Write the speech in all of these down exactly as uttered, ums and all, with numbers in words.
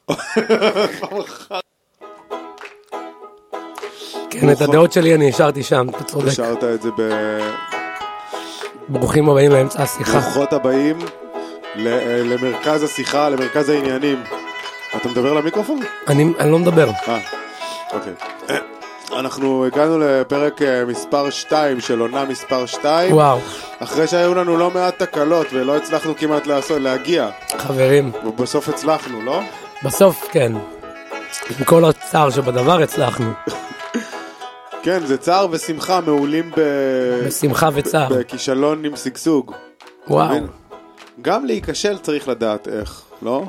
כן, את הדעות שלי אני השארתי שם, אתה צודק. השארת את זה ב... ברוכים הבאים לאמצע השיחה. ברוכות הבאים למרכז השיחה, למרכז העניינים. אתה מדבר למיקרופון? אני לא מדבר. אה, אוקיי. אנחנו הגענו לפרק מספר שתיים של עונה מספר שתיים. וואו. אחרי שהיו לנו לא מעט תקלות ולא הצלחנו כמעט לעשות, להגיע. חברים. ובסוף הצלחנו, לא? בסוף, כן. עם כל הצער שבדבר הצלחנו. כן, זה צער ושמחה מעולים ב... בשמחה וצער. בכישלון עם סגסוג. וואו. גם להיכשל צריך לדעת איך, לא?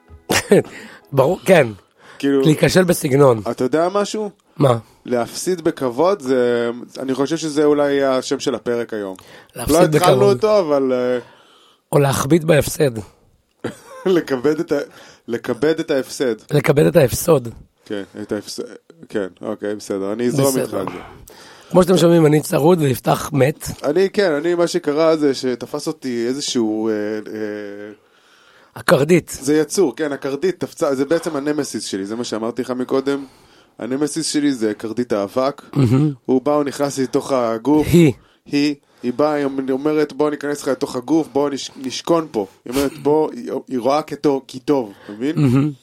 ברור, כן. כאילו... להיכשל בסגנון. אתה יודע משהו? מה? להפסיד בכבוד, זה... אני חושב שזה אולי השם של הפרק היום. להפסיד בכבוד. בכבוד. לא התחלנו אותו, אבל... או להכביד בהפסד. לקבד את ה... לקבד את ההפסד. לקבד את ההפסוד. כן, את ההפסד. כן, אוקיי, בסדר. אני אזרום איתך על זה. כמו שאתם שומעים, אני צרוד ויפתח מת. אני, כן, אני, מה שקרה זה שתפס אותי איזשהו... אה, אה, הקרדית. זה יצור, כן, הקרדית תפצה, זה בעצם הנמסיס שלי, זה מה שאמרתי לך מקודם. הנמסיס שלי זה קרדית האבק. הוא בא, הוא נכנס לתוך הגוף. היא. היא. היא באה, היא אומרת, בוא ניכנס לך לתוך הגוף, בוא נש, נשכון פה. היא אומרת, בוא, היא, היא רואה כטוב, כי טוב, אתה מבין?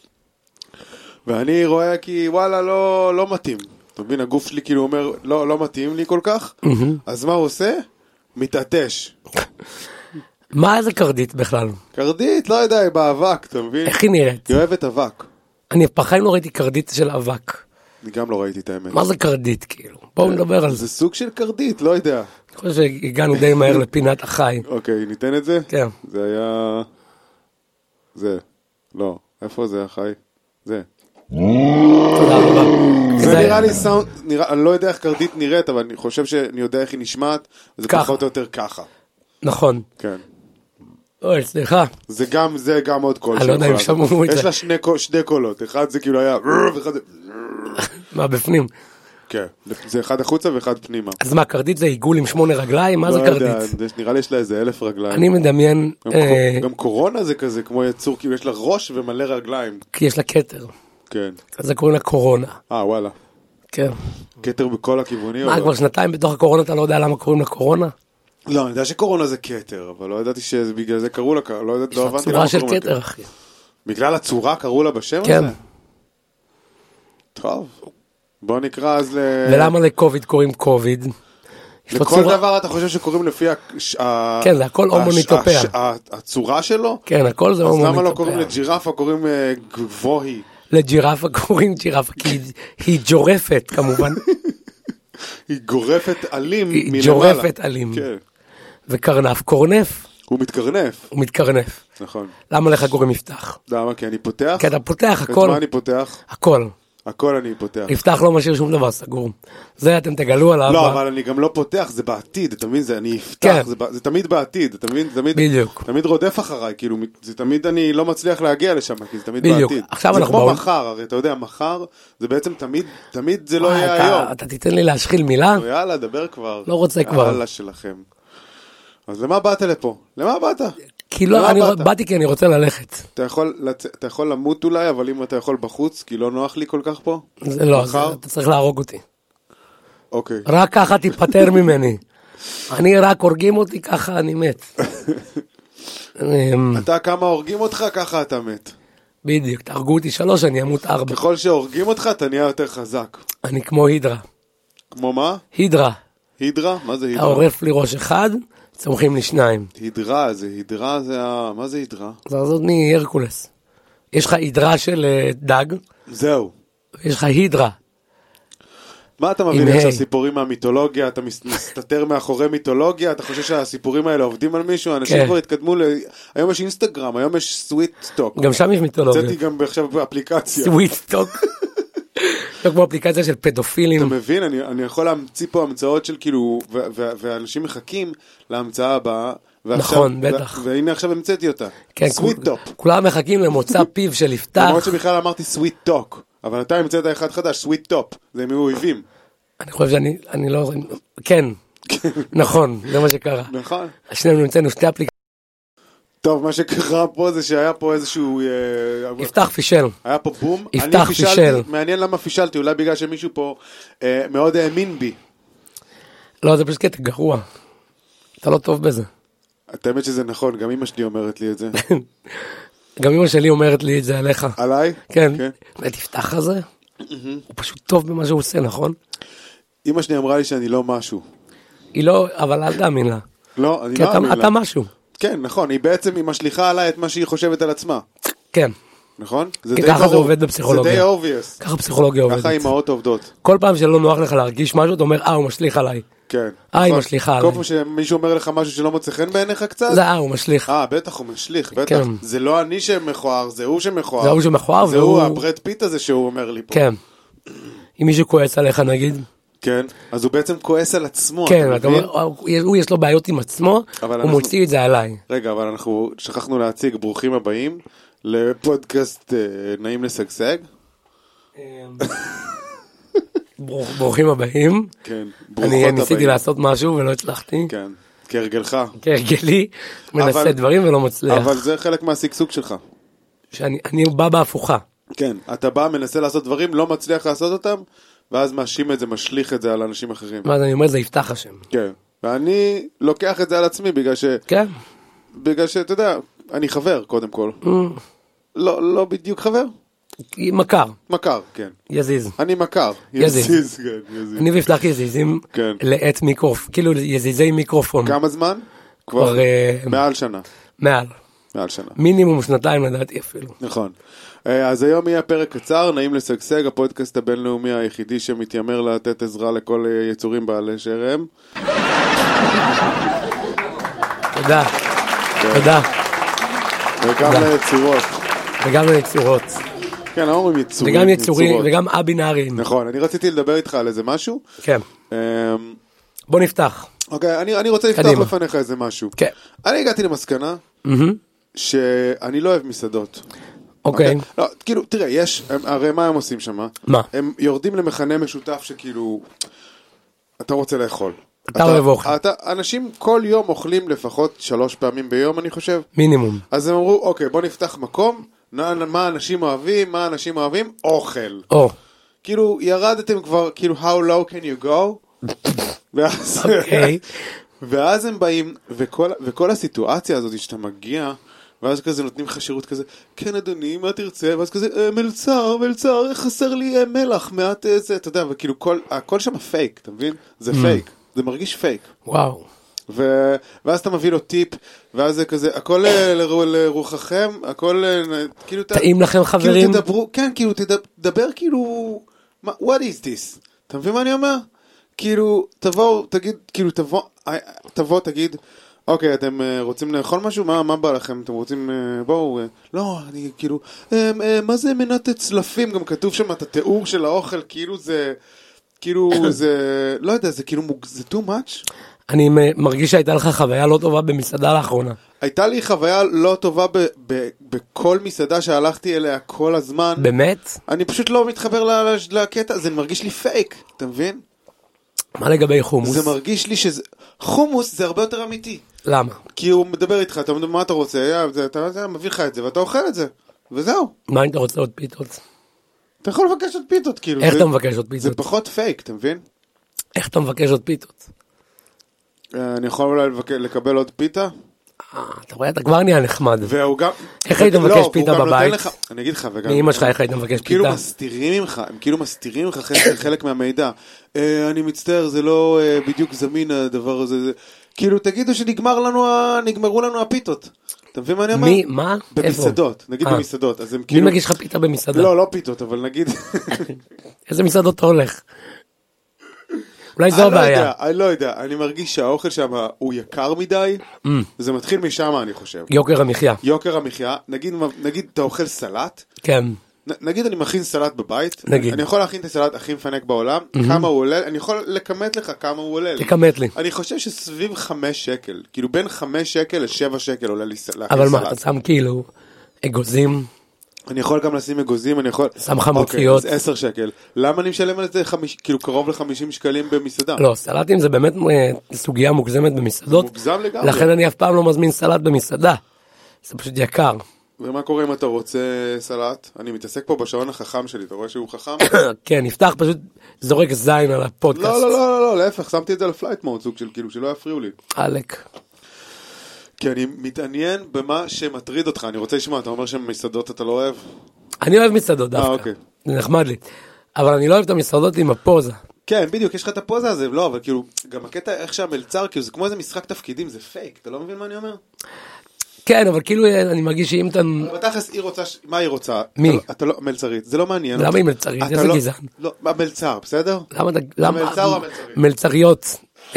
ואני רואה כי, וואלה, לא, לא מתאים. אתה מבין, הגוף שלי כאילו אומר, לא, לא מתאים לי כל כך. אז מה הוא עושה? מתעטש. מה זה קרדית בכלל? קרדית, לא יודע, היא באבק, אתה מבין? איך היא נראית? היא אוהבת אבק. אני בחיים לא ראיתי קרדית של אבק. אני גם לא ראיתי את האמת. מה זה קרדית, כאילו? בואו נדבר על זה. זה סוג של קרדית, לא יודע. אני חושב שהגענו די מהר לפינת החי. אוקיי, ניתן את זה? כן. זה היה... זה. לא. איפה זה החי? זה. תודה רבה. זה נראה לי סאונד, אני לא יודע איך קרדית נראית, אבל אני חושב שאני יודע איך היא נשמעת, זה פחות או יותר ככה. נכון. כן. אוי, סליחה. זה גם, זה גם עוד קול. אני לא יודע אם שמעו את זה. יש לה שני, שני קולות, אחד זה כאילו היה, ואחד זה... מה, בפנים? כן, זה אחד החוצה ואחד פנימה. אז מה, קרדית זה עיגול עם שמונה רגליים? מה זה קרדית? נראה לי יש לה איזה אלף רגליים. אני מדמיין... גם קורונה זה כזה, כמו יצור, כאילו יש לה ראש ומלא רגליים. כי יש לה קטר. כן. אז זה קוראים לה קורונה. אה, וואלה. כן. קטר בכל הכיוונים. מה, כבר שנתיים בתוך הקורונה אתה לא יודע למה קוראים לה קורונה? לא, אני יודע שקורונה זה קטר, אבל לא ידעתי שבגלל זה קראו לה, לא ידעתי, לא הבנתי למה קוראים לה. צורה של קטר, אחי. בגלל הצורה קראו לה בשם הזה? כן. טוב. בוא נקרא אז ל... ולמה לקוביד קוראים קוביד? לכל דבר אתה חושב שקוראים לפי ה... כן, זה הכל הומוניטופיה. הצורה שלו? כן, הכל זה הומוניטופיה. אז למה לא קוראים לג'ירפה, קוראים גבוהי? לג'ירפה קוראים ג'ירפה, כי היא ג'ורפת כמובן. היא גורפת אלים מלמעלה. היא ג'ורפת אלים. כן. וקרנף, קורנף. הוא מתקרנף. הוא מתקרנף. נכון. למה לך קוראים יפתח? למה? כי אני פותח? כי אתה פותח הכל. את מה אני פותח? הכל. הכל אני פותח. יפתח לא משאיר שום דבר סגור. זה אתם תגלו עליו. לא, אבל אני גם לא פותח, זה בעתיד, אתה מבין? אני אפתח, זה תמיד בעתיד, אתה מבין? בדיוק. תמיד רודף אחריי, כאילו, זה תמיד אני לא מצליח להגיע לשם, כי זה תמיד בעתיד. זה כמו מחר, הרי אתה יודע, מחר, זה בעצם תמיד, תמיד זה לא יהיה היום. אתה תיתן לי להשחיל מילה? יאללה, דבר כבר. לא רוצה כבר. יאללה שלכם. אז למה באת לפה? למה באת? כי לא, אני באתי כי אני רוצה ללכת. אתה יכול, אתה יכול למות אולי, אבל אם אתה יכול בחוץ, כי לא נוח לי כל כך פה. זה לא, אתה צריך להרוג אותי. אוקיי. רק ככה תיפטר ממני. אני רק הורגים אותי, ככה אני מת. אתה כמה הורגים אותך, ככה אתה מת. בדיוק, תהרגו אותי שלוש, אני אמות ארבע. ככל שהורגים אותך, אתה נהיה יותר חזק. אני כמו הידרה. כמו מה? הידרה. הידרה? מה זה הידרה? העורף לי ראש אחד, צומחים לי שניים. הידרה, זה הידרה, זה ה... מה זה הידרה? זה זאת מהרקולס. יש לך הידרה של דג. זהו. יש לך הידרה. מה אתה מבין עכשיו סיפורים מהמיתולוגיה? אתה מסתתר מאחורי מיתולוגיה? אתה חושב שהסיפורים האלה עובדים על מישהו? אנשים כבר התקדמו ל... היום יש אינסטגרם, היום יש סוויט-טוק. גם שם יש מיתולוגיה. יצאתי גם עכשיו באפליקציה. סוויט-טוק. זה כמו אפליקציה של פדופילים. אתה מבין? אני, אני יכול להמציא פה המצאות של כאילו, ו- ו- ואנשים מחכים להמצאה הבאה. נכון, בטח. והנה עכשיו המצאתי אותה. סוויט-טוק. כולם מחכים למוצא פיו של יפתח. למרות שבכלל אמרתי סוויט-טוק. אבל אתה המצאת אחד חדש, סוויט-טופ. זה הם אויבים. אני חושב שאני, אני לא... כן. נכון, זה מה שקרה. נכון. שנינו נמצאנו שתי אפליקציות. טוב, מה שקרה פה זה שהיה פה איזשהו... יפתח פישל. היה פה בום. יפתח פישל. מעניין למה פישלתי, אולי בגלל שמישהו פה מאוד האמין בי. לא, זה פשוט קטע גרוע. אתה לא טוב בזה. את האמת שזה נכון, גם אמא שלי אומרת לי את זה. גם אמא שלי אומרת לי את זה עליך. עליי? כן. ותפתח הזה, הוא פשוט טוב במה שהוא עושה, נכון? אמא שלי אמרה לי שאני לא משהו. היא לא, אבל אל תאמין לה. לא, אני לא אאמין לה. אתה משהו. כן, נכון, היא בעצם, היא משליחה עליי את מה שהיא חושבת על עצמה. כן. נכון? ככה זה עובד בפסיכולוגיה. זה די obvious. ככה פסיכולוגיה עובדת. ככה אימהות עובדות. כל פעם שלא נוח לך להרגיש משהו, אתה אומר, אה, הוא משליך עליי. כן. אה, היא משליחה עליי. כל פעם שמישהו אומר לך משהו שלא מוצא חן בעיניך קצת? זה אה, הוא משליך. אה, בטח, הוא משליך, בטח. זה לא אני שמכוער, זה הוא שמכוער. זה הוא שמכוער, זה הוא, הברד פיט הזה שהוא אומר לי פה. כן. אם מישהו כועס עליך, נגיד. כן, אז הוא בעצם כועס על עצמו. כן, אתה אומר, הוא יש לו בעיות עם עצמו, הוא מוציא את זה עליי. רגע, אבל אנחנו שכחנו להציג, ברוכים הבאים לפודקאסט נעים לשגשג. ברוכים הבאים. כן, ברוכות הבאים. אני ניסיתי לעשות משהו ולא הצלחתי. כן, כהרגלך. כהרגלי, מנסה דברים ולא מצליח. אבל זה חלק מהסגסוג שלך. שאני בא בהפוכה. כן, אתה בא, מנסה לעשות דברים, לא מצליח לעשות אותם, ואז מאשים את זה, משליך את זה על אנשים אחרים. מה אני אומר, זה יפתח השם. כן, ואני לוקח את זה על עצמי, בגלל ש... כן. בגלל שאתה יודע, אני חבר, קודם כל. לא, לא בדיוק חבר. מכר. מכר, כן. יזיז. אני מכר. יזיז. כן, יזיז. אני ויפתח יזיזים לעת מיקרופון, כאילו יזיזי מיקרופון. כמה זמן? כבר מעל שנה. מעל. מעל שנה. מינימום שנתיים לדעתי אפילו. נכון. אז היום יהיה פרק קצר, נעים לשגשג, הפודקאסט הבינלאומי היחידי שמתיימר לתת עזרה לכל יצורים בעלי שרם. תודה. תודה. וגם ליצורות. וגם ליצורות. כן, לא אומרים יצורים. וגם יצורים, וגם א-בינאריים. נכון, אני רציתי לדבר איתך על איזה משהו. כן. בוא נפתח. אוקיי, אני, אני רוצה לפתח לפניך איזה משהו. כן. אני הגעתי למסקנה שאני לא אוהב מסעדות. אוקיי. לא, כאילו, תראה, יש, הרי מה הם עושים שם? מה? הם יורדים למכנה משותף שכאילו, אתה רוצה לאכול. אתה אוהב אוכל. אנשים כל יום אוכלים לפחות שלוש פעמים ביום, אני חושב. מינימום. אז הם אמרו, אוקיי, בוא נפתח מקום, מה אנשים אוהבים, מה אנשים אוהבים? אוכל. או. כאילו, ירדתם כבר, כאילו, how low can you go? ואז, אוקיי. ואז הם באים, וכל, וכל הסיטואציה הזאת שאתה מגיע, ואז כזה נותנים לך שירות כזה, כן אדוני, מה תרצה? ואז כזה, אה, מלצר, מלצר, חסר לי אה, מלח, מעט אה, זה, אתה יודע, וכאילו, כל, הכל שם פייק, אתה מבין? זה פייק, זה מרגיש פייק. וואו. ו... ואז אתה מביא לו טיפ, ואז זה כזה, הכל ל... לרוחכם, הכל, כאילו, טעים לכם חברים? כאילו תדברו, כן, כאילו, תדבר כאילו, what is this? אתה מבין מה אני אומר? כאילו, תבוא, תגיד, כאילו, תבוא, תבוא, תגיד, אוקיי, אתם רוצים לאכול משהו? מה, מה בא לכם? אתם רוצים, בואו, לא, אני כאילו, מה זה מנת צלפים? גם כתוב שם את התיאור של האוכל, כאילו זה, כאילו זה, לא יודע, זה כאילו, זה too much? אני מרגיש שהייתה לך חוויה לא טובה במסעדה לאחרונה. הייתה לי חוויה לא טובה ב- ב- בכל מסעדה שהלכתי אליה כל הזמן. באמת? אני פשוט לא מתחבר לקטע, זה מרגיש לי פייק, אתה מבין? מה לגבי חומוס? זה מרגיש לי שזה... חומוס זה הרבה יותר אמיתי. למה? כי הוא מדבר איתך, אתה אומר מה אתה רוצה, אתה מביא לך את זה ואתה אוכל את זה, וזהו. מה אם אתה רוצה עוד פיתות? אתה יכול לבקש עוד פיתות, כאילו. איך אתה מבקש עוד פיתות? זה פחות פייק, אתה מבין? איך אתה מבקש עוד פיתות? אני יכול אולי לקבל עוד פיתה? אתה רואה, אתה כבר נהיה נחמד. והוא גם... איך היית מבקש פיתה בבית? אני אגיד לך, וגם... מאמא שלך איך היית מבקש פיתה? כאילו מסתירים ממך, הם כאילו מסתירים ממך חלק מהמידע. אני מצטער, זה לא בדיוק זמין הדבר הזה. כאילו, תגידו שנגמר לנו, נגמרו לנו הפיתות. אתה מבין מה אני אומר? מי? מה? במסעדות, נגיד במסעדות. מי מגיש לך פיתה במסעדה? לא, לא פיתות, אבל נגיד... איזה מסעדות אתה הולך? אולי זו הבעיה. אני לא יודע, אני מרגיש שהאוכל שם הוא יקר מדי, זה מתחיל משם אני חושב. יוקר המחיה. יוקר המחיה, נגיד, נגיד אתה אוכל סלט, כן. נגיד אני מכין סלט בבית, נגיד. אני יכול להכין את הסלט הכי מפנק בעולם, כמה הוא עולה, אני יכול לקמת לך כמה הוא עולה לי. תקמת לי. אני חושב שסביב חמש שקל, כאילו בין חמש שקל לשבע שקל עולה לי להכין סלט. אבל מה, אתה שם כאילו אגוזים? אני יכול גם לשים אגוזים, אני יכול... שם חמוציות. אוקיי, אז עשר שקל. למה אני משלם על זה כאילו קרוב ל-חמישים שקלים במסעדה? לא, סלטים זה באמת סוגיה מוגזמת במסעדות. מוגזם לגמרי. לכן אני אף פעם לא מזמין סלט במסעדה. זה פשוט יקר. ומה קורה אם אתה רוצה סלט? אני מתעסק פה בשעון החכם שלי, אתה רואה שהוא חכם? כן, נפתח פשוט זורק זין על הפודקאסט. לא, לא, לא, לא, להפך, שמתי את זה לפלייט מוד, סוג של כאילו, שלא יפריעו לי. אלק. כי אני מתעניין במה שמטריד אותך, אני רוצה לשמוע, אתה אומר שמסעדות אתה לא אוהב? אני אוהב מסעדות דווקא. אה, אוקיי. זה נחמד לי. אבל אני לא אוהב את המסעדות עם הפוזה. כן, בדיוק, יש לך את הפוזה הזה, לא, אבל כאילו, גם הקטע איך שהמלצר, כאילו, זה כמו איזה משחק תפקידים, זה פייק, אתה לא מבין מה אני אומר? כן, אבל כאילו אני מרגיש שאם אתה... אבל בתכלס, היא רוצה, מה היא רוצה? מי? אתה לא, מלצרית, זה לא מעניין. למה היא מלצרית? איזה גזען? לא, המלצר, בסדר? למה אתה... למה... המלצר או המלצרית? מלצריות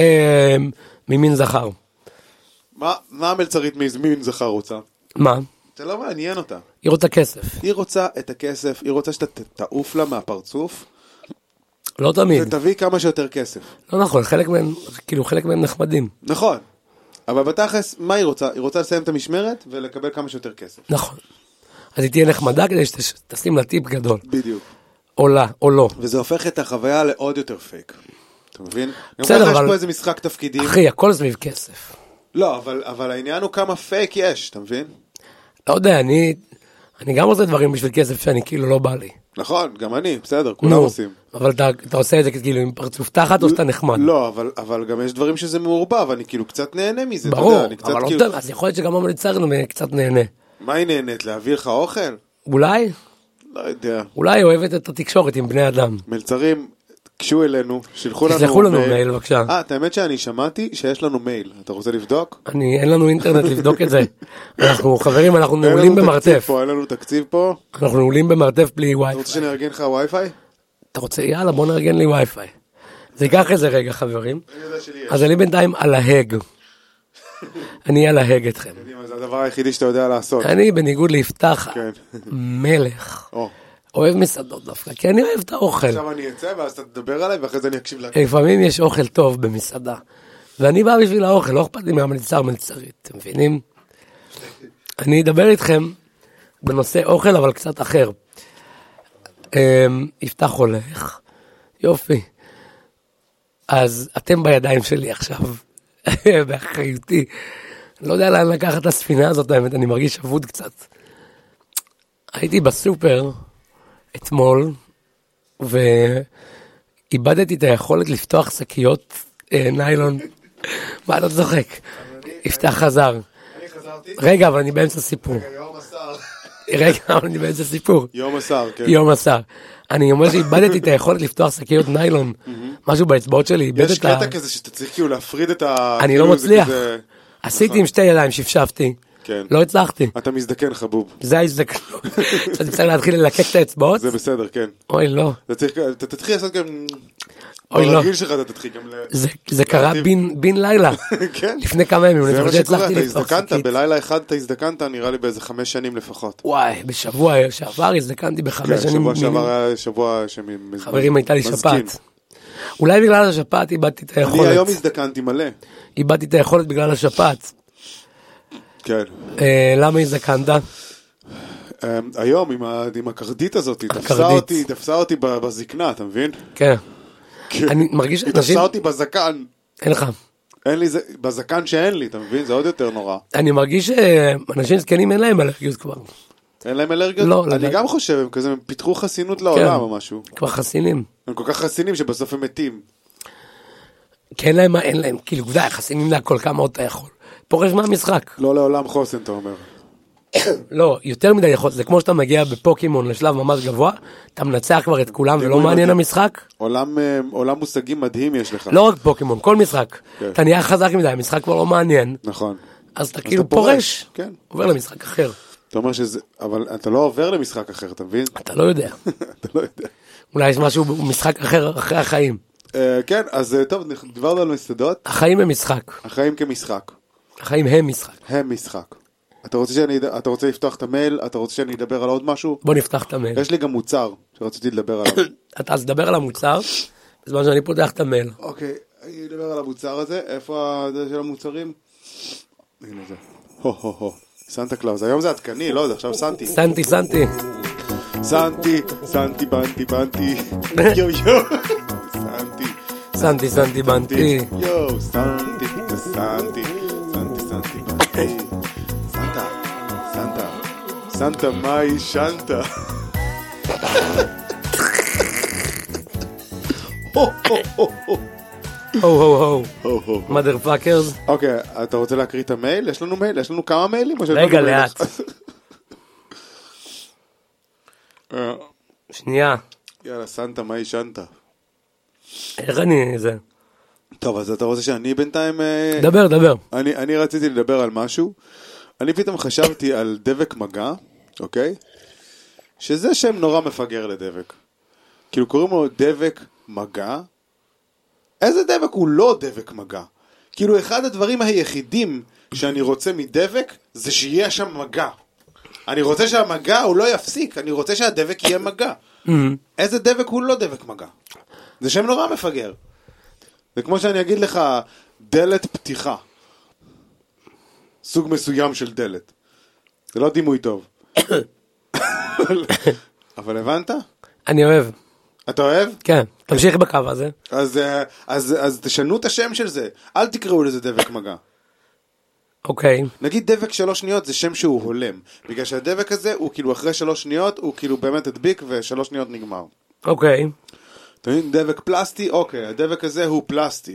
ממין זכר. מה המלצרית ממין זכר רוצה? מה? זה לא מעניין אותה. היא רוצה כסף. היא רוצה את הכסף, היא רוצה שאתה תעוף לה מהפרצוף. לא תמיד. ותביא כמה שיותר כסף. לא נכון, חלק מהם, כאילו חלק מהם נחמדים. נכון. אבל בתכלס, מה היא רוצה? היא רוצה לסיים את המשמרת ולקבל כמה שיותר כסף. נכון. אז היא תהיה נחמדה כדי שתשים לה טיפ גדול. בדיוק. או לא, או לא. וזה הופך את החוויה לעוד יותר פייק. אתה מבין? בסדר, גם ככה אבל... יש פה איזה משחק תפקידים. אחי, הכל סביב כסף. לא, אבל, אבל העניין הוא כמה פייק יש, אתה מבין? לא יודע, אני... אני גם עושה דברים בשביל כסף שאני כאילו לא בא לי. נכון, גם אני, בסדר, כולם נו, עושים. אבל אתה, אתה עושה את זה כאילו עם פרצוף תחת או שאתה נחמד? לא, אבל, אבל גם יש דברים שזה מעורבב, אני כאילו קצת נהנה מזה. ברור, יודע, אני קצת אבל כאילו... לא, אז יכול להיות שגם המלצר קצת נהנה. מה היא נהנית? להביא לך אוכל? אולי? לא יודע. אולי היא אוהבת את התקשורת עם בני אדם. מלצרים, קשו אלינו, שילחו לנו... תשלחו לנו מייל, בבקשה. אה, את האמת שאני שמעתי שיש לנו מייל. אתה רוצה לבדוק? אני, אין לנו אינטרנט לבדוק את זה. אנחנו, חברים, אנחנו נעולים במרתף. אין לנו תקציב פה. אנחנו נעולים במרתף בלי אתה וי-פיי. רוצה שנארגן לך וי-פיי? אתה רוצה, יאללה, בוא נארגן לי וי-פיי. זה ייקח איזה רגע, חברים. אני יודע שלי יש. אז אני בינתיים על ההג. אני על ההג אתכם. זה הדבר היחידי שאתה יודע לעשות. אני בניגוד ליפתח כן. מלך. או. אוהב מסעדות דווקא, כי אני אוהב את האוכל. עכשיו אני אצא ואז אתה תדבר עליי ואחרי זה אני אקשיב לך. לפעמים יש אוכל טוב במסעדה. ואני בא בשביל האוכל, לא אכפת לי מהמלצר מלצרית, אתם מבינים? אני אדבר איתכם בנושא אוכל, אבל קצת אחר. יפתח הולך, יופי. אז אתם בידיים שלי עכשיו, באחריותי. אני לא יודע לאן לקחת את הספינה הזאת, האמת, אני מרגיש אבוד קצת. הייתי בסופר אתמול, ואיבדתי את היכולת לפתוח שקיות ניילון. מה לא צוחק? יפתח חזר. אני חזרתי. רגע, אבל אני באמצע סיפור. יום השר. רגע, אבל אני באמצע סיפור. יום השר, כן. יום השר. אני אומר שאיבדתי את היכולת לפתוח שקיות ניילון. משהו באצבעות שלי, איבד יש את ה... קטע כזה שאתה צריך כאילו להפריד את ה... אני לא מצליח. עשיתי עם שתי ידיים, שפשפתי. כן. לא הצלחתי. אתה מזדקן חבוב. זה ההזדקנות. שאתה צריך להתחיל ללקק את האצבעות? זה בסדר, כן. אוי, לא. אתה תתחיל לעשות גם... אוי, לא. ברגיל שלך אתה תתחיל גם ל... זה קרה בן לילה. כן. לפני כמה ימים. זה מה שקורה, אתה לפתוח הזדקנת, שקית. בלילה אחד אתה הזדקנת, נראה לי באיזה חמש שנים לפחות. וואי, בשבוע שעבר הזדקנתי בחמש כן, שנים. שבוע שעבר היה שבוע שמזכין. חברים, הייתה לי שפעת. אולי בגלל השפעת איבדתי את היכולת. אני היום הזדקנתי מלא. איבדתי את היכולת בגלל השפעת. כן. למה הזדקנת? היום עם הקרדית הזאת, תפסה אותי בזקנה, אתה מבין? כן. אני מרגיש היא תפסה אותי בזקן. אין לך. אין לי, בזקן שאין לי, אתה מבין? זה עוד יותר נורא. אני מרגיש שאנשים זקנים אין להם אלרגיות כבר. אין להם אלרגיות? לא. אני גם חושב, הם כזה, הם פיתחו חסינות לעולם או משהו. כבר חסינים. הם כל כך חסינים שבסוף הם מתים. כן להם מה אין להם, כאילו די, חסינים להכל כמה עוד אתה יכול. פורש מהמשחק. לא לעולם חוסן, אתה אומר. לא, יותר מדי יכול, זה כמו שאתה מגיע בפוקימון לשלב ממש גבוה, אתה מנצח כבר את כולם ולא מעניין המשחק. עולם, עולם מושגים מדהים יש לך. לא רק פוקימון, כל משחק. אתה נהיה חזק מדי, המשחק כבר לא מעניין. נכון. אז אתה כאילו פורש, כן. עובר למשחק אחר. אתה אומר שזה, אבל אתה לא עובר למשחק אחר, אתה מבין? אתה לא יודע. אתה לא יודע. אולי יש משהו, משחק אחר אחרי החיים. כן, אז טוב, דיברנו על מסעדות. החיים הם משחק. החיים כמשחק. החיים הם משחק. הם משחק. אתה רוצה שאני, אתה רוצה לפתוח את המייל? אתה רוצה שאני אדבר על עוד משהו? בוא נפתח את המייל. יש לי גם מוצר שרציתי לדבר עליו. אתה אז דבר על המוצר, בזמן שאני פותח את המייל. אוקיי, אני אדבר על המוצר הזה. איפה זה של המוצרים? הנה זה. הו הו הו. סנטה קלאוז. היום זה עדכני, לא, זה עכשיו סנטי. סנטי, סנטי. סנטי, סנטי, בנטי, בנטי. יו יו. סנטי. סנטי, סנטי, בנטי. יו, סנטי, סנטי. סנטי, סנטי, בנטי. סנטה, סנטה, מה עישנת? הו הו הו, מדר פאקרס. אוקיי, אתה רוצה להקריא את המייל? יש לנו מייל? יש לנו כמה מיילים? רגע, לאט. שנייה. יאללה, סנטה, מה עישנת? איך אני זה? טוב, אז אתה רוצה שאני בינתיים... דבר, דבר. אני, אני רציתי לדבר על משהו. אני פתאום חשבתי על דבק מגע, אוקיי? שזה שם נורא מפגר לדבק. כאילו קוראים לו דבק מגע. איזה דבק הוא לא דבק מגע? כאילו אחד הדברים היחידים שאני רוצה מדבק זה שיהיה שם מגע. אני רוצה שהמגע הוא לא יפסיק, אני רוצה שהדבק יהיה מגע. איזה דבק הוא לא דבק מגע? זה שם נורא מפגר. זה כמו שאני אגיד לך, דלת פתיחה. סוג מסוים של דלת. זה לא דימוי טוב. אבל הבנת? אני אוהב. אתה אוהב? כן, תמשיך בקו הזה. אז, אז, אז תשנו את השם של זה. אל תקראו לזה דבק מגע. אוקיי. נגיד דבק שלוש שניות זה שם שהוא הולם. בגלל שהדבק הזה הוא כאילו אחרי שלוש שניות, הוא כאילו באמת הדביק ושלוש שניות נגמר. אוקיי. אתה מבין, דבק פלסטי, אוקיי, הדבק הזה הוא פלסטי.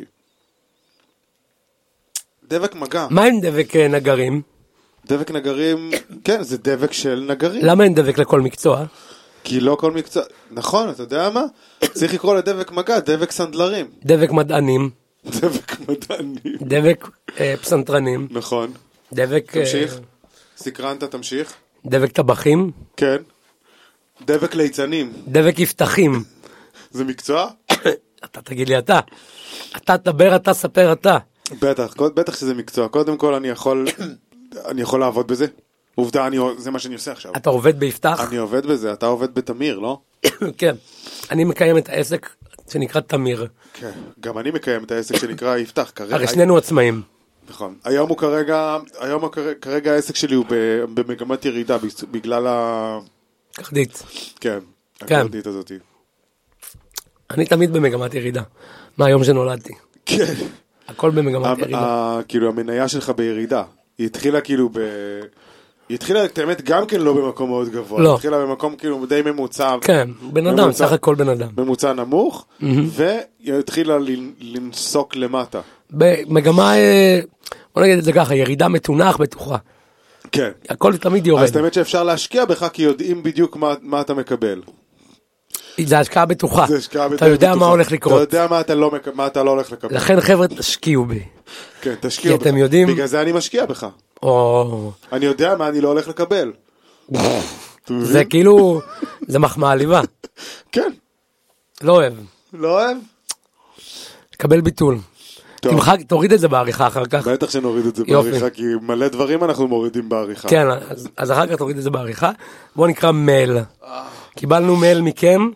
דבק מגע. מה עם דבק נגרים? דבק נגרים, כן, זה דבק של נגרים. למה אין דבק לכל מקצוע? כי לא כל מקצוע, נכון, אתה יודע מה? צריך לקרוא לדבק מגע, דבק סנדלרים. דבק מדענים. דבק מדענים. דבק אה, פסנתרנים. נכון. דבק... תמשיך. אה, סקרנת, תמשיך. דבק טבחים. כן. דבק ליצנים. דבק יפתחים. זה מקצוע? אתה תגיד לי אתה. אתה תדבר, אתה ספר אתה. בטח, בטח שזה מקצוע. קודם כל אני יכול, אני יכול לעבוד בזה. עובדה, אני, זה מה שאני עושה עכשיו. אתה עובד ביפתח? אני עובד בזה, אתה עובד בתמיר, לא? כן. אני מקיים את העסק שנקרא תמיר. כן, גם אני מקיים את העסק שנקרא יפתח. הרי שנינו עצמאים. נכון. היום הוא כרגע, היום כרגע העסק שלי הוא במגמת ירידה, בגלל ה... קרדית. כן, הקרדית הזאת. אני תמיד במגמת ירידה. מהיום שנולדתי. כן. הכל במגמת ירידה. כאילו המניה שלך בירידה. היא התחילה כאילו ב... היא התחילה, האמת, גם כן לא במקום מאוד גבוה. לא. היא התחילה במקום כאילו די ממוצע. כן, בן אדם, סך הכל בן אדם. ממוצע נמוך, והיא התחילה לנסוק למטה. במגמה, בוא נגיד את זה ככה, ירידה מתונח בטוחה. כן. הכל תמיד יורד. אז תמיד שאפשר להשקיע בך, כי יודעים בדיוק מה, מה אתה מקבל. זה השקעה בטוחה. זה השקעה בטוחה. אתה יודע מה הולך לקרות. אתה יודע מה אתה לא, מה אתה לא הולך לקבל. לכן חבר'ה, תשקיעו בי. כן, תשקיעו בך. כי אתם יודעים... בגלל זה אני משקיע בך. או... אני יודע מה אני לא הולך לקבל. זה כאילו... זה מחמאה עליבה. כן. לא אוהב. לא אוהב? קבל ביטול. תמחק, תוריד את זה בעריכה אחר כך. בטח שנוריד את זה בעריכה, כי מלא דברים אנחנו מורידים בעריכה. כן, אז, אז אחר כך תוריד את זה בעריכה. בואו נקרא מייל. קיבלנו מייל מכם.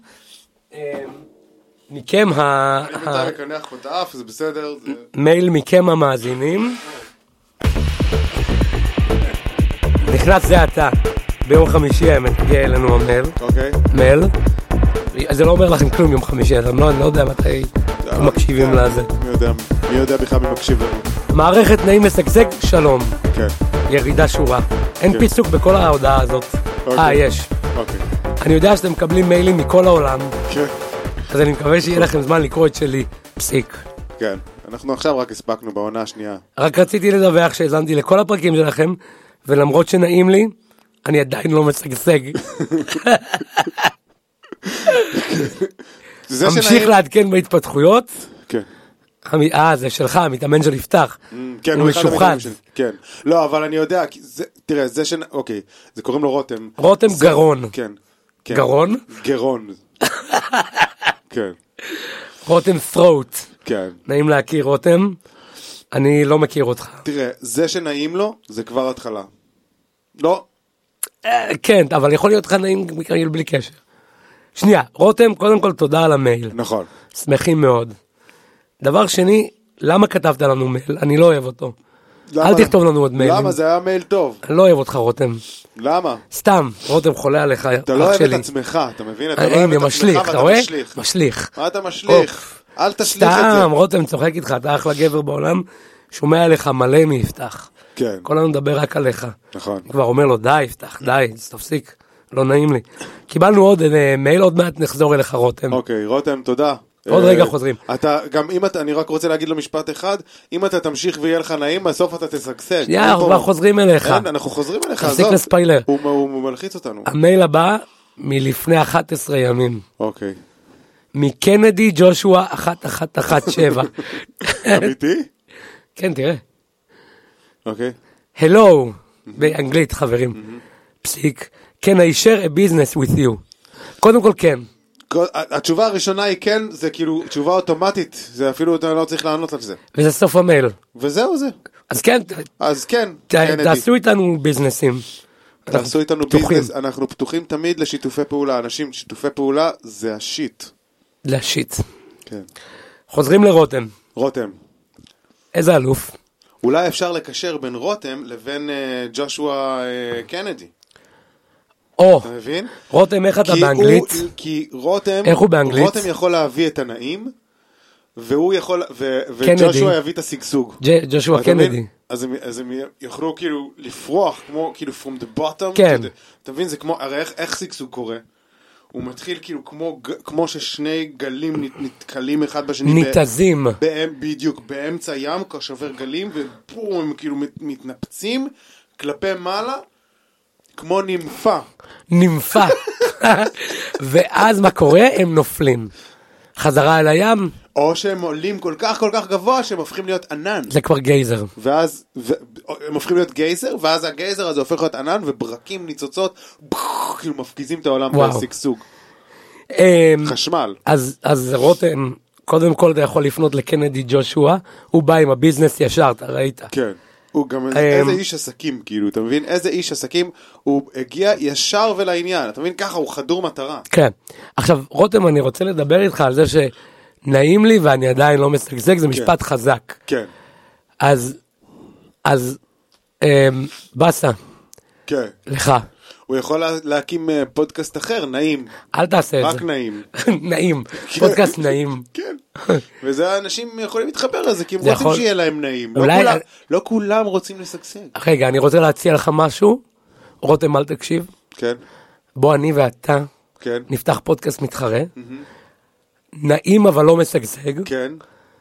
מכם ה... אני בינתיים מקנח פה את האף, זה בסדר. מייל מכם המאזינים. נכנס זה אתה. ביום חמישי האמת, הגיע אלינו המייל. אוקיי. מייל. זה לא אומר לכם כלום יום חמישי, אז אני לא, אני לא יודע מתי אתם מקשיבים לזה. מי יודע, מי יודע בכלל מי מקשיב לנו. מערכת תנאים משגשג, שלום. כן. ירידה שורה. אין פיצוק בכל ההודעה הזאת. אה, יש. אוקיי. אני יודע שאתם מקבלים מיילים מכל העולם. כן. אז אני מקווה שיהיה לכם זמן לקרוא את שלי. פסיק. כן. אנחנו עכשיו רק הספקנו בעונה השנייה. רק רציתי לדווח שהזנתי לכל הפרקים שלכם, ולמרות שנעים לי, אני עדיין לא משגשג. המשיך לעדכן בהתפתחויות. כן. אה, זה שלך, המתאמן של יפתח. כן, הוא משוחד. כן. לא, אבל אני יודע, תראה, זה ש... אוקיי, זה קוראים לו רותם. רותם גרון. כן. גרון? גרון. כן. רותם throat. כן. נעים להכיר רותם. אני לא מכיר אותך. תראה, זה שנעים לו, זה כבר התחלה. לא. כן, אבל יכול להיות לך נעים בלי קשר. שנייה, רותם, קודם כל תודה על המייל. נכון. שמחים מאוד. דבר שני, למה כתבת לנו מייל? אני לא אוהב אותו. אל תכתוב לנו עוד מיילים. למה? זה היה מייל טוב. אני לא אוהב אותך, רותם. למה? סתם, רותם חולה עליך. אתה לא אוהב את עצמך, אתה מבין? אתה לא אוהב את עצמך ואתה משליך. משליך. מה אתה משליך? אל תשליך את זה. סתם, רותם צוחק איתך, אתה אחלה גבר בעולם, שומע עליך מלא מי יפתח. כן. כל הזמן מדבר רק עליך. נכון. כבר אומר לו, די, יפתח, די, תפסיק, לא נעים לי. קיבלנו עוד מייל, עוד מעט נחזור אליך, רותם. אוקיי, רותם, תודה. עוד רגע חוזרים. אתה, גם אם אתה, אני רק רוצה להגיד לו משפט אחד, אם אתה תמשיך ויהיה לך נעים, בסוף אתה תשגשג. שנייה, אנחנו כבר חוזרים אליך. אין, אנחנו חוזרים אליך, תפסיק לספיילר. הוא, הוא, הוא מלחיץ אותנו. המייל הבא, מלפני אחת עשרה ימים. אוקיי. מקנדי ג'ושוע אחת אחת אחת שבע. אמיתי? כן, תראה. אוקיי. Hello, באנגלית, חברים. פסיק. Can I share a business with you? קודם כל כן. התשובה הראשונה היא כן, זה כאילו תשובה אוטומטית, זה אפילו אתה לא צריך לענות על זה. וזה סוף המייל. וזהו זה. אז כן, אז כן. תעשו איתנו ביזנסים. תעשו איתנו ביזנס, אנחנו פתוחים תמיד לשיתופי פעולה, אנשים, שיתופי פעולה זה השיט. להשיט. כן. חוזרים לרותם. רותם. איזה אלוף. אולי אפשר לקשר בין רותם לבין uh, ג'ושוע uh, קנדי. או, אתה מבין? רותם, איך אתה כי באנגלית? הוא, כי רותם, איך הוא באנגלית? רותם יכול להביא את הנעים, והוא יכול, ו, וג'ושוע יביא את השגשוג. ג'ושוע קנדי. אז הם, אז הם יוכלו כאילו לפרוח, כמו כאילו from the bottom. כן. the, אתה מבין? זה כמו, הרי איך, איך שגשוג קורה? הוא מתחיל כאילו כמו, כמו ששני גלים נתקלים אחד בשני. ניתזים. באמ, בדיוק, באמצע ים, שובר גלים, ובום, הם כאילו מתנפצים כלפי מעלה, כמו נמפה. נמפה. ואז מה קורה? הם נופלים. חזרה אל הים. או שהם עולים כל כך כל כך גבוה, שהם הופכים להיות ענן. זה כבר גייזר. ואז, ו, הם הופכים להיות גייזר, ואז הגייזר הזה הופך להיות ענן, וברקים, ניצוצות, כאילו מפגיזים את העולם בסגסוג. חשמל. אז, אז רותם, קודם כל אתה יכול לפנות לקנדי ג'ושוע, הוא בא עם הביזנס ישר, אתה ראית. כן. הוא גם איזה איש עסקים, כאילו, אתה מבין? איזה איש עסקים, הוא הגיע ישר ולעניין, אתה מבין? ככה, הוא חדור מטרה. כן. עכשיו, רותם, אני רוצה לדבר איתך על זה שנעים לי ואני עדיין לא משגשג, זה משפט חזק. כן. אז, אז, בסה. כן. לך. הוא יכול להקים פודקאסט אחר, נעים. אל תעשה את זה. רק נעים. נעים. פודקאסט נעים. כן. וזה האנשים יכולים להתחבר לזה, כי הם רוצים שיהיה להם נעים. לא כולם רוצים לשגשג. רגע, אני רוצה להציע לך משהו. רותם, אל תקשיב. כן. בוא אני ואתה נפתח פודקאסט מתחרה. נעים אבל לא משגשג. כן.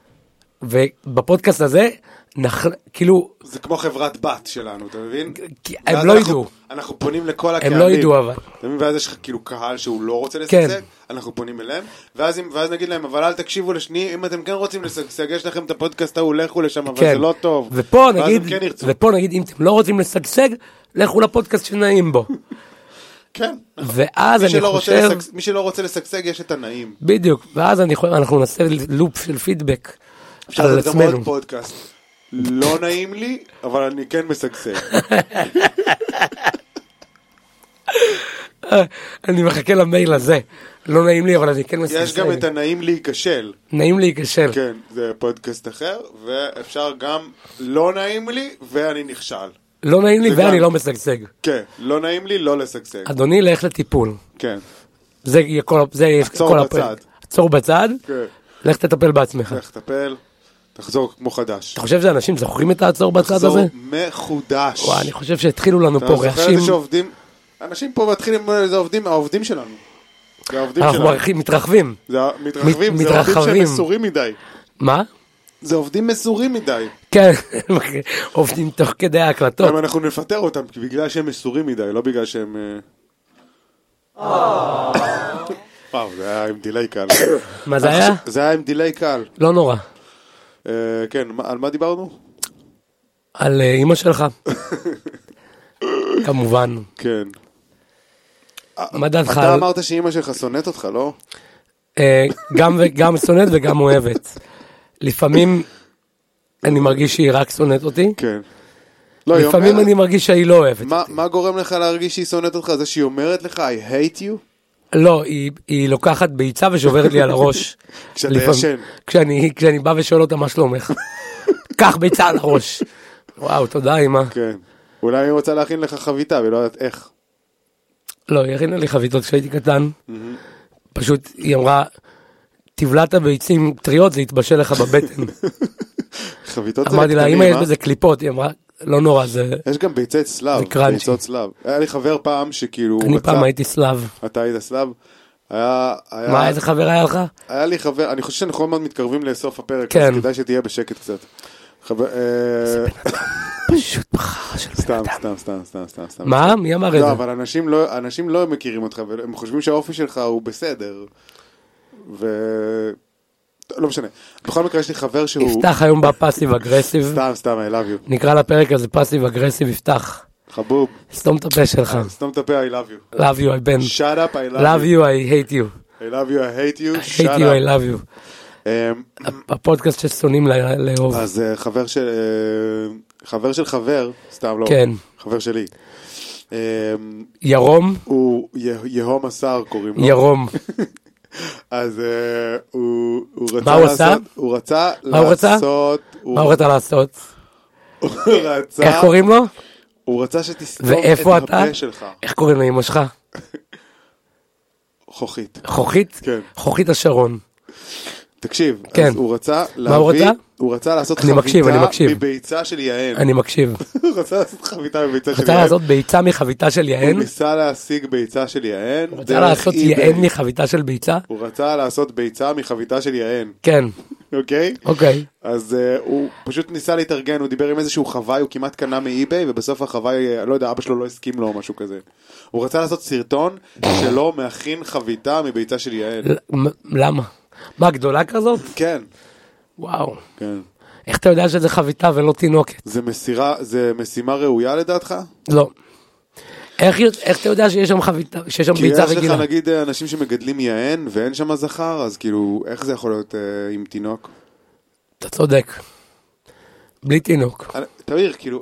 ובפודקאסט הזה, כאילו... זה כמו חברת בת שלנו, אתה מבין? הם לא ידעו. אנחנו פונים לכל הקהלים. הם לא ידעו אבל. אתה מבין? ואז יש לך כאילו קהל שהוא לא רוצה לשגשג, אנחנו פונים אליהם, ואז נגיד להם, אבל אל תקשיבו לשני, אם אתם כן רוצים לשגשג, יש לכם את הפודקאסט ההוא, לכו לשם, אבל זה לא טוב. ופה נגיד, אם אתם לא רוצים לשגשג, לכו לפודקאסט שנעים בו. כן. ואז אני חושב... מי שלא רוצה לשגשג, יש את הנעים. בדיוק. ואז אנחנו נעשה לופ של פידבק על עצמנו. אפשר לעשות פודקאסט. לא נעים לי, אבל אני כן משגשג. אני מחכה למייל הזה. לא נעים לי, אבל אני כן משגשג. יש גם את הנעים להיכשל. נעים להיכשל. כן, זה פודקאסט אחר, ואפשר גם לא נעים לי, ואני נכשל. לא נעים לי ואני לא משגשג. כן, לא נעים לי, לא לשגשג. אדוני, לך לטיפול. כן. זה כל הפרק. עצור בצד. כן. לך תטפל בעצמך. לך תטפל. תחזור כמו חדש. אתה חושב שאנשים זוכרים את העצור בצד הזה? תחזור מחודש. וואי, אני חושב שהתחילו לנו פה רעשים. אתה זוכר את זה שעובדים, אנשים פה מתחילים, זה עובדים, העובדים שלנו. זה העובדים שלנו. אנחנו מתרחבים. זה מתרחבים, זה עובדים שהם מסורים מדי. מה? זה עובדים מסורים מדי. כן, עובדים תוך כדי ההקלטות. גם אנחנו נפטר אותם, בגלל שהם מסורים מדי, לא בגלל שהם... וואו, זה היה עם דילי קל. מה זה היה? זה היה עם דילי קל. לא נורא. כן, על מה דיברנו? על אמא שלך. כמובן. כן. מה דעתך? אתה אמרת שאמא שלך שונאת אותך, לא? גם שונאת וגם אוהבת. לפעמים אני מרגיש שהיא רק שונאת אותי. כן. לפעמים אני מרגיש שהיא לא אוהבת. מה גורם לך להרגיש שהיא שונאת אותך? זה שהיא אומרת לך, I hate you? לא, היא לוקחת ביצה ושוברת לי על הראש. כשאתה ישן. כשאני בא ושואל אותה מה שלומך. קח ביצה על הראש. וואו, תודה אמא. כן. אולי היא רוצה להכין לך חביתה ולא יודעת איך. לא, היא הכינה לי חביתות כשהייתי קטן. פשוט היא אמרה, תבלעת ביצים טריות, זה יתבשל לך בבטן. חביתות זה אמרתי לה, לקטנים, אמא יש אה? בזה קליפות, היא אמרה, לא נורא, זה... יש גם ביצי סלב, זה קראנצ'י. ביצות סלב. היה לי חבר פעם שכאילו... אני רצה- פעם הייתי סלב. אתה היית סלב? היה... היה- מה, איזה חבר היה לך? היה לי חבר, אני חושב שאנחנו עוד מעט מתקרבים לסוף הפרק, כן. אז כדאי שתהיה בשקט קצת. חבר... אה, פשוט בחרה של בן סתם, אדם. סתם, סתם, סתם, סתם, סתם. מה? מי אמר את לא, זה? אבל אנשים לא, אנשים לא מכירים אותך, והם חושבים שהאופי שלך הוא בסדר. ו... לא משנה. בכל מקרה יש לי חבר שהוא... יפתח היום בפאסיב אגרסיב. סתם, סתם, I love you. נקרא לפרק הזה פאסיב אגרסיב, יפתח. חבוב. סתום את הפה שלך. סתום את הפה, I love you. love you, I been. Shut up, I love love you. you, I hate you. I love you, I hate you. I Shut hate you, I up. love you. אמ, הפודקאסט ששונאים לה- לאהוב. אז אה, חבר של... אה, חבר של חבר, סתם לא. כן. חבר שלי. אמ, ירום, הוא יה- יהום השר קוראים לו. ירום. אז אה, הוא הוא רצה מה הוא עשה? לעשות... הוא רצה מה הוא רצה? לעשות... מה הוא רצה לעשות? הוא רצה... איך קוראים לו? הוא רצה שתסתום את ואיפה אתה? הפה שלך. איך קוראים לאמא שלך? חוכית. חוכית? כן. חוכית השרון. תקשיב, כן. אז הוא רצה מה הוא להביא... רצה? הוא רצה לעשות אני מקשיב, אני חביתה מקשיב. מביצה של יען. אני מקשיב. הוא רצה לעשות חביתה מביצה של רצה יען. לעשות ביצה מחביתה של הוא יען? ניסה להשיג ביצה של יען. רצה דרך לעשות eBay. יען מחביתה של ביצה? הוא רצה לעשות ביצה מחביתה של יען, כן, אוקיי? אוקיי. אז uh, הוא פשוט ניסה להתארגן, הוא דיבר עם איזשהו חוואי, הוא כמעט קנה מאי-ביי, ובסוף החוואי, לא יודע, אבא שלו לא הסכים לו או משהו כזה. הוא רצה לעשות סרטון שלא מכין חביתה מביצה של יען. ל- למה? מה, גדולה כזאת? כן, וואו. כן. איך אתה יודע שזה חביתה ולא תינוקת? זה מסירה, זה משימה ראויה לדעתך? לא. איך איך אתה יודע שיש שם חביתה, שיש שם כי ביצה יש לך רגילה? נגיד אנשים שמגדלים יען ואין שם זכר, אז כאילו, איך זה יכול להיות אה, עם תינוק? אתה צודק. בלי תינוק. אני- תבהיר, כאילו,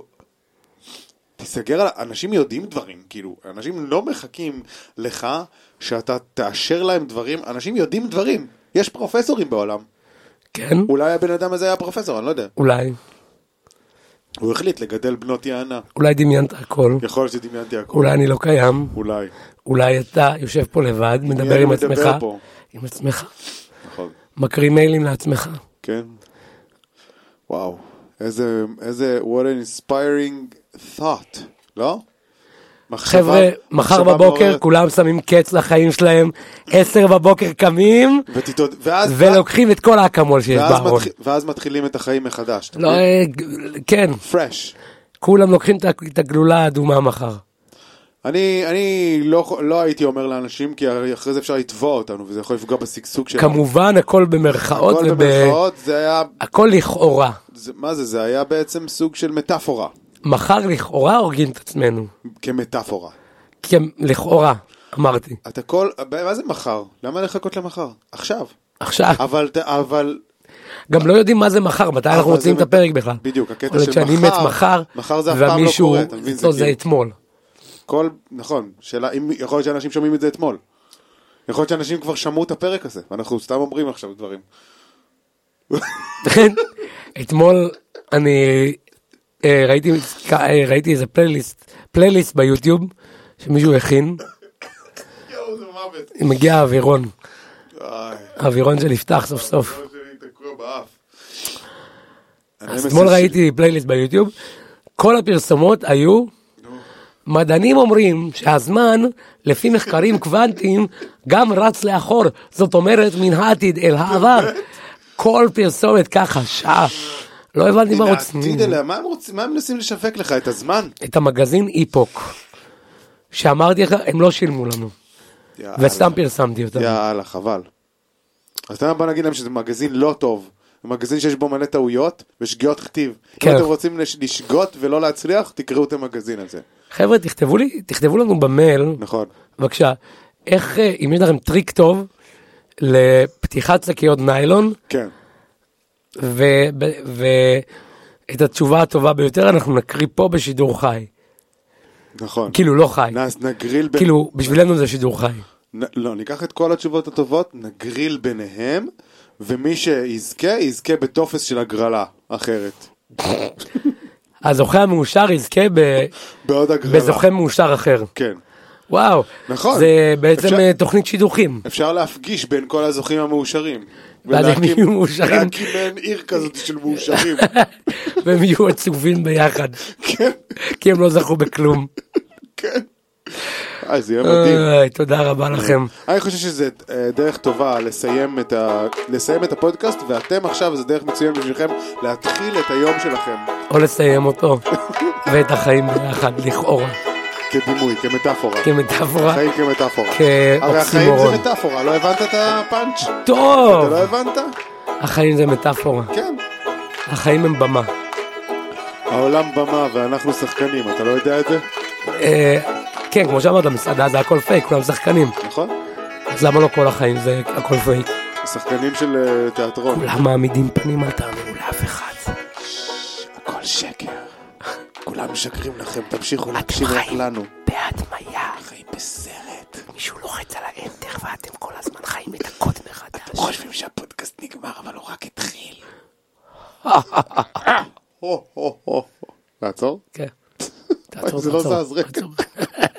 תיסגר על... אנשים יודעים דברים, כאילו, אנשים לא מחכים לך שאתה תאשר להם דברים, אנשים יודעים דברים. יש פרופסורים בעולם. כן? אולי הבן אדם הזה היה פרופסור, אני לא יודע. אולי. הוא החליט לגדל בנות יענה. אולי דמיינת הכל. יכול להיות שדמיינתי הכל. אולי אני לא קיים. אולי. אולי אתה יושב פה לבד, מדבר אני עם מדבר עצמך. פה. עם עצמך. נכון. מקריא מיילים לעצמך. כן. וואו. איזה, איזה, what an inspiring thought, לא? מחשבה- חבר'ה, מחר מחשבה בבוקר מעוררת. כולם שמים קץ לחיים שלהם, עשר בבוקר קמים, ותתעוד- ואז, ולוקחים את כל האקמול שיש ואז, בארון. מתחיל, ואז מתחילים את החיים מחדש. לא, אה, כן, פרש. כולם לוקחים את ה- את הגלולה האדומה מחר. אני, אני לא, לא הייתי אומר לאנשים, כי אחרי זה אפשר לתבוע אותנו, וזה יכול לפגוע בשגשוג שלנו. כמובן, הכל במרכאות, הכל וב- במרכאות, זה היה, הכל לכאורה. זה, מה זה, זה היה בעצם סוג של מטאפורה, מחר לכאורה הורגים את עצמנו. כמטאפורה. כי לכאורה, אמרתי. אתה כל, מה זה מחר? למה לחכות למחר? עכשיו. עכשיו, אבל, אבל, גם לא יודעים מה זה מחר, מתי אנחנו אבל מוצאים את זה- הפרק בכלל. בדיוק, הקטע יכול להיות של שאני מחר- מת מחר, מחר זה אף פעם לא והמישהו, קורה, אתה מבין? זה אצלו זה כאילו- אתמול. כל, נכון, שאלה, אם, יכול להיות שאנשים שומעים את זה אתמול. יכול להיות שאנשים כבר שמעו את הפרק הזה, ואנחנו סתם אומרים עכשיו דברים. לכן, אתמול אני אה, ראיתי, אה, ראיתי איזה פלייליסט, פלייליסט ביוטיוב, שמישהו הכין, יואו, זה מוות. מגיע האווירון, איי, האווירון של יפתח סוף סוף. הראש שלי תקוע באף. אז אתמול ראיתי פלייליסט ביוטיוב, כל הפרסומות היו, מדענים אומרים שהזמן, לפי מחקרים קוונטיים, גם רץ לאחור, זאת אומרת מן העתיד אל העבר. כל פרסומת ככה, שעה. לא הבנתי מה רוצים. העתיד אליה, מה הם רוצים, מה הם מנסים לשווק לך? את הזמן? את המגזין איפוק, שאמרתי לך, הם לא שילמו לנו, יאללה. וסתם פרסמתי אותם. יאללה, חבל. אז אתה בוא נגיד להם שזה מגזין לא טוב. זה מגזין שיש בו מלא טעויות ושגיאות כתיב. כן. אם אתם רוצים לש- לשגות ולא להצליח, תקראו את המגזין הזה. חבר'ה, תכתבו לי, תכתבו לנו במייל, נכון. בבקשה, איך, אה, אם יש לכם טריק טוב, לפתיחת שקיות ניילון, כן. ואת התשובה הטובה ביותר אנחנו נקריא פה בשידור חי. נכון. כאילו לא חי, נס נגריל בין... כאילו בשבילנו זה שידור חי. נ... לא, ניקח את כל התשובות הטובות, נגריל ביניהם, ומי שיזכה, יזכה בטופס של הגרלה אחרת. הזוכה המאושר יזכה ב... בעוד הגרלה. בזוכה מאושר אחר. כן. וואו. נכון. זה בעצם אפשר- תוכנית שידוכים. אפשר להפגיש בין כל הזוכים המאושרים. ואז הם ולהקים- יהיו מאושרים. להקים מעין עיר כזאת של מאושרים. והם יהיו עצובים ביחד. כן, כי הם לא זכו בכלום. כן. אה, זה יהיה מדהים. איי, תודה רבה לכם. אני חושב שזה אה, דרך טובה לסיים את, ה... לסיים את הפודקאסט, ואתם עכשיו, זה דרך מצוין בשבילכם להתחיל את היום שלכם. או לסיים אותו. ואת החיים ביחד, לכאורה. כדימוי, כמטאפורה. כמטאפורה. חיים כמטאפורה. הרי החיים כאוקסימורון. זה מטאפורה, לא הבנת את הפאנץ'? טוב. אתה לא הבנת? החיים זה מטאפורה. כן. החיים הם במה. העולם במה ואנחנו שחקנים, אתה לא יודע את זה? אה, כן, כמו שאמרת, מסעדה זה הכל פייק, כולם שחקנים. נכון? אז למה לא כל החיים זה הכל פייק? שחקנים של אה, תיאטרון. כולם מעמידים פנים, אל תאמינו לאף אחד. הכל שקר. כולם משקרים לכם, תמשיכו להקשיב חיים. רק לנו. בהדמיה. חיים בסרט. מישהו לוחץ על האנטר ואתם כל הזמן חיים את הקוד מחדש. חושבים שהפודקאסט נגמר, אבל הוא רק התחיל. הו, הו, הו. לעצור? כן. תעצור, זה לא תעצור, זז, רגע. תעצור.